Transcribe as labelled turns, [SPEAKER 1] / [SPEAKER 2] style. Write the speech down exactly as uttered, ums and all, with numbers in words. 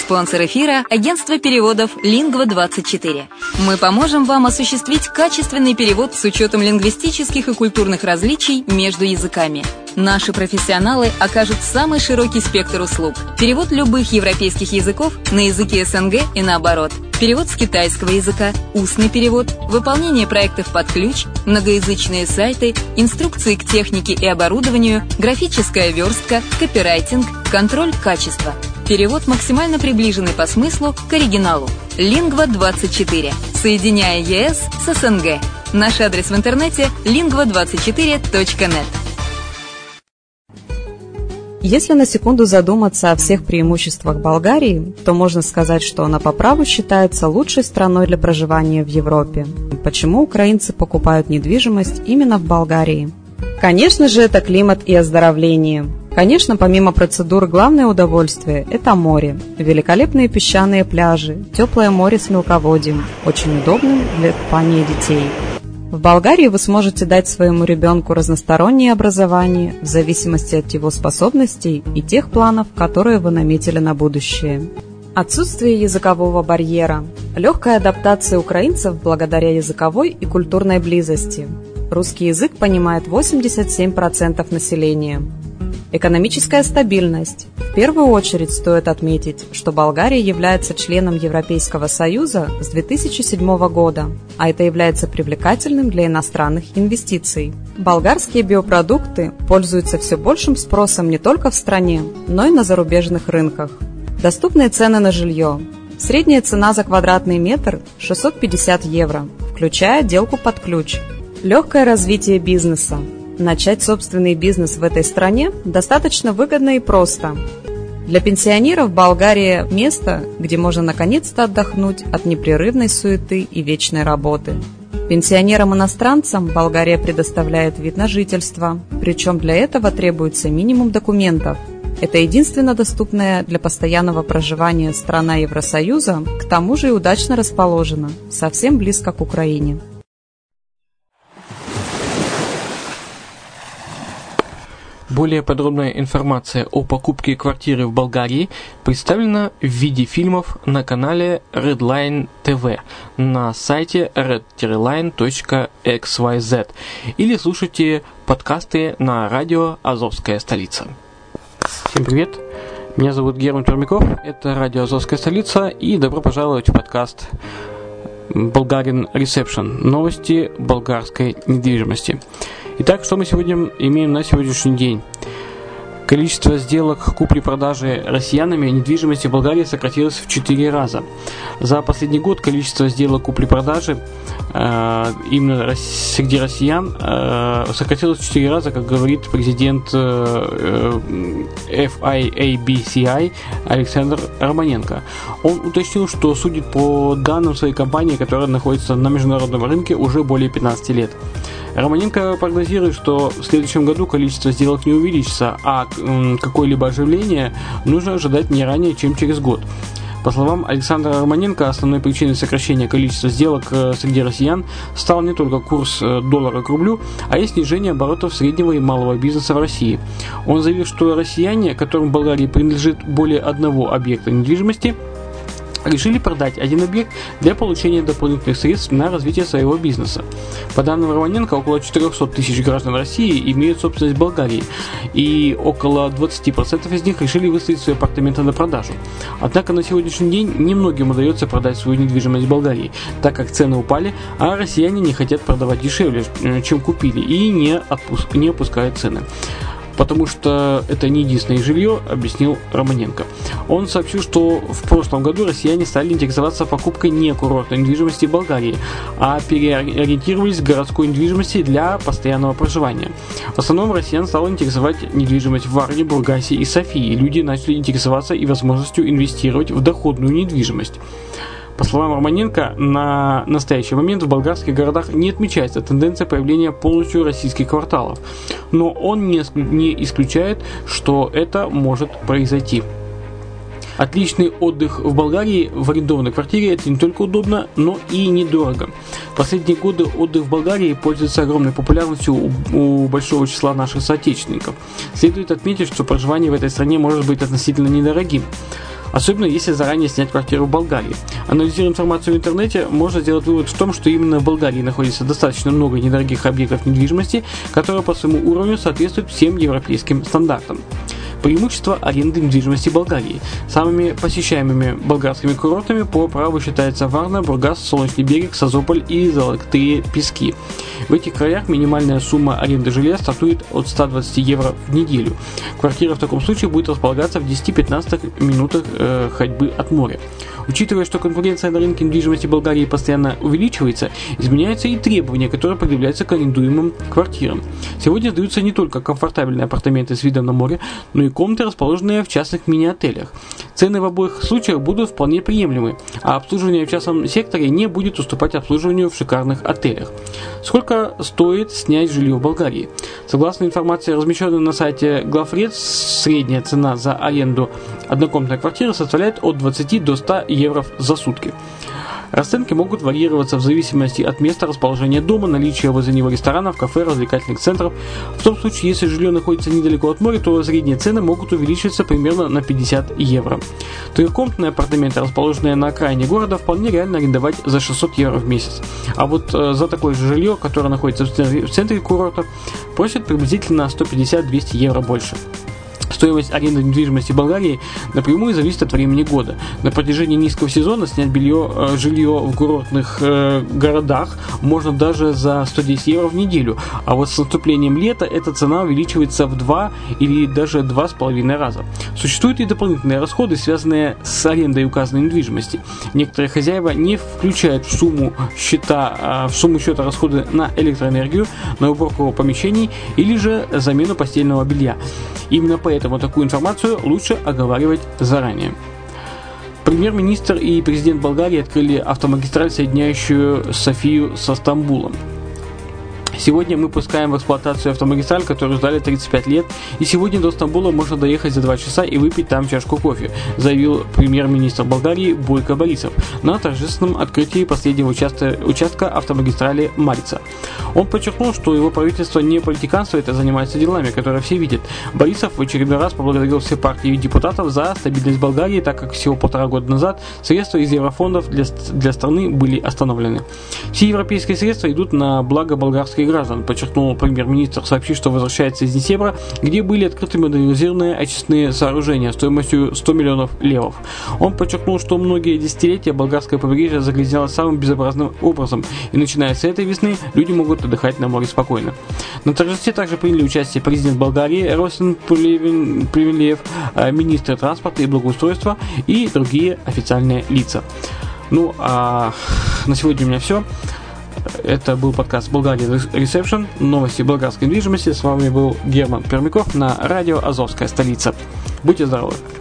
[SPEAKER 1] Спонсор эфира – агентство переводов Lingva двадцать четыре. Мы поможем вам осуществить качественный перевод с учетом лингвистических и культурных различий между языками. Наши профессионалы окажут самый широкий спектр услуг. Перевод любых европейских языков на языки СНГ и наоборот. Перевод с китайского языка, устный перевод, выполнение проектов под ключ, многоязычные сайты, инструкции к технике и оборудованию, графическая верстка, копирайтинг, контроль качества. Перевод максимально приближенный по смыслу к оригиналу. Lingva двадцать четыре. Соединяя ЕС с СНГ. Наш адрес в интернете lingva двадцать четыре точка нет.
[SPEAKER 2] Если на секунду задуматься о всех преимуществах Болгарии, то можно сказать, что она по праву считается лучшей страной для проживания в Европе. Почему украинцы покупают недвижимость именно в Болгарии? Конечно же, это климат и оздоровление. Конечно, помимо процедур, главное удовольствие – это море. Великолепные песчаные пляжи, теплое море с мелководьем, очень удобным для купания детей. В Болгарии вы сможете дать своему ребенку разностороннее образование в зависимости от его способностей и тех планов, которые вы наметили на будущее. Отсутствие языкового барьера. Легкая адаптация украинцев благодаря языковой и культурной близости. Русский язык понимает восемьдесят семь процентов населения. Экономическая стабильность. В первую очередь стоит отметить, что Болгария является членом Европейского Союза с две тысячи седьмого года, а это является привлекательным для иностранных инвестиций. Болгарские биопродукты пользуются все большим спросом не только в стране, но и на зарубежных рынках. Доступные цены на жилье. Средняя цена за квадратный метр – шестьсот пятьдесят евро, включая отделку под ключ. Легкое развитие бизнеса. Начать собственный бизнес в этой стране достаточно выгодно и просто. Для пенсионеров Болгария – место, где можно наконец-то отдохнуть от непрерывной суеты и вечной работы. Пенсионерам-иностранцам Болгария предоставляет вид на жительство, причем для этого требуется минимум документов. Это единственно доступная для постоянного проживания страна Евросоюза, к тому же и удачно расположена, совсем близко к Украине.
[SPEAKER 3] Более подробная информация о покупке квартиры в Болгарии представлена в виде фильмов на канале Redline ти ви на сайте red line точка икс уай зет или слушайте подкасты на радио «Азовская столица». Всем привет! Меня зовут Герман Пермяков, это радио «Азовская столица» и добро пожаловать в подкаст Bulgarian Reception. Новости болгарской недвижимости. Итак, что мы сегодня имеем на сегодняшний день? Количество сделок купли-продажи россиянами недвижимости в Болгарии сократилось в четыре раза. За последний год количество сделок купли-продажи э, именно среди россиян э, сократилось в четыре раза, как говорит президент э, эф ай эй би си ай Александр Романенко. Он уточнил, что судит по данным своей компании, которая находится на международном рынке уже более пятнадцати лет. Романенко прогнозирует, что в следующем году количество сделок не увеличится, а какое-либо оживление нужно ожидать не ранее, чем через год. По словам Александра Романенко, основной причиной сокращения количества сделок среди россиян стал не только курс доллара к рублю, а и снижение оборотов среднего и малого бизнеса в России. Он заявил, что россияне, которым в Болгарии принадлежит более одного объекта недвижимости, решили продать один объект для получения дополнительных средств на развитие своего бизнеса. По данным Романенко, около четыреста тысяч граждан России имеют собственность в Болгарии, и около двадцать процентов из них решили выставить свои апартаменты на продажу. Однако на сегодняшний день немногим удается продать свою недвижимость в Болгарии, так как цены упали, а россияне не хотят продавать дешевле, чем купили, и не, отпуск... не опускают цены. Потому что это не единственное жилье, объяснил Романенко. Он сообщил, что в прошлом году россияне стали интересоваться покупкой не курортной недвижимости в Болгарии, а переориентировались к городской недвижимости для постоянного проживания. В основном россиян стало интересовать недвижимость в Варне, Бургасе и Софии. Люди начали интересоваться и возможностью инвестировать в доходную недвижимость. По словам Романенко, на настоящий момент в болгарских городах не отмечается тенденция появления полностью российских кварталов, но он не исключает, что это может произойти. Отличный отдых в Болгарии в арендованной квартире – это не только удобно, но и недорого. В последние годы отдых в Болгарии пользуется огромной популярностью у, у большого числа наших соотечественников. Следует отметить, что проживание в этой стране может быть относительно недорогим. особенно если заранее снять квартиру в Болгарии. Анализируя информацию в интернете, можно сделать вывод в том, что именно в Болгарии находится достаточно много недорогих объектов недвижимости, которые по своему уровню соответствуют всем европейским стандартам. Преимущество аренды недвижимости Болгарии. Самыми посещаемыми болгарскими курортами по праву считаются Варна, Бургас, Солнечный берег, Созополь и Золотые Пески. В этих краях минимальная сумма аренды жилья стартует от ста двадцати евро в неделю. Квартира в таком случае будет располагаться в десяти-пятнадцати минутах э, ходьбы от моря. Учитывая, что конкуренция на рынке недвижимости Болгарии постоянно увеличивается, изменяются и требования, которые предъявляются к арендуемым квартирам. Сегодня сдаются не только комфортабельные апартаменты с видом на море, но и комнаты, расположенные в частных мини-отелях. Цены в обоих случаях будут вполне приемлемы, а обслуживание в частном секторе не будет уступать обслуживанию в шикарных отелях. Сколько стоит снять жилье в Болгарии? Согласно информации, размещенной на сайте Главред, средняя цена за аренду однокомнатной квартиры составляет от двадцати до ста евро за сутки. Расценки могут варьироваться в зависимости от места расположения дома, наличия возле него ресторанов, кафе, развлекательных центров. В том случае, если жилье находится недалеко от моря, то средние цены могут увеличиться примерно на пятьдесят евро. Трехкомнатные апартаменты, расположенные на окраине города, вполне реально арендовать за шестьсот евро в месяц. А вот э, за такое же жилье, которое находится в центре, в центре курорта, просят приблизительно сто пятьдесят - двести евро больше. Стоимость аренды недвижимости в Болгарии напрямую зависит от времени года. На протяжении низкого сезона снять белье, э, жилье в курортных э, городах можно даже за сто десять евро в неделю, а вот с наступлением лета эта цена увеличивается в два или даже два с половиной раза. Существуют и дополнительные расходы, связанные с арендой указанной недвижимости. Некоторые хозяева не включают в сумму счета, в сумму счета расходы на электроэнергию, на уборку помещений или же замену постельного белья. Именно поэтому такую информацию лучше оговаривать заранее. Премьер-министр и президент Болгарии открыли автомагистраль, соединяющую Софию со Стамбулом. Сегодня мы пускаем в эксплуатацию автомагистраль, которую ждали тридцать пять лет, и сегодня до Стамбула можно доехать за два часа и выпить там чашку кофе, заявил премьер-министр Болгарии Бойко Борисов на торжественном открытии последнего участка, участка автомагистрали Марица. Он подчеркнул, что его правительство не политиканствует, а занимается делами, которые все видят. Борисов в очередной раз поблагодарил все партии и депутатов за стабильность Болгарии, так как всего полтора года назад средства из еврофондов для, для страны были остановлены. Все европейские средства идут на благо болгарских граждан, подчеркнул премьер-министр, сообщив, что возвращается из Несебра, где были открыты модернизированные очистные сооружения стоимостью сто миллионов левов. Он подчеркнул, что многие десятилетия болгарское побережье загрязнялось самым безобразным образом, и начиная с этой весны люди могут отдыхать на море спокойно. На торжестве также приняли участие президент Болгарии Росен Плевнелиев, министр транспорта и благоустройства и другие официальные лица. Ну, а на сегодня у меня все. Это был подкаст Bulgarian Reception, новости болгарской недвижимости. С вами был Герман Пермяков на радио «Азовская столица». Будьте здоровы!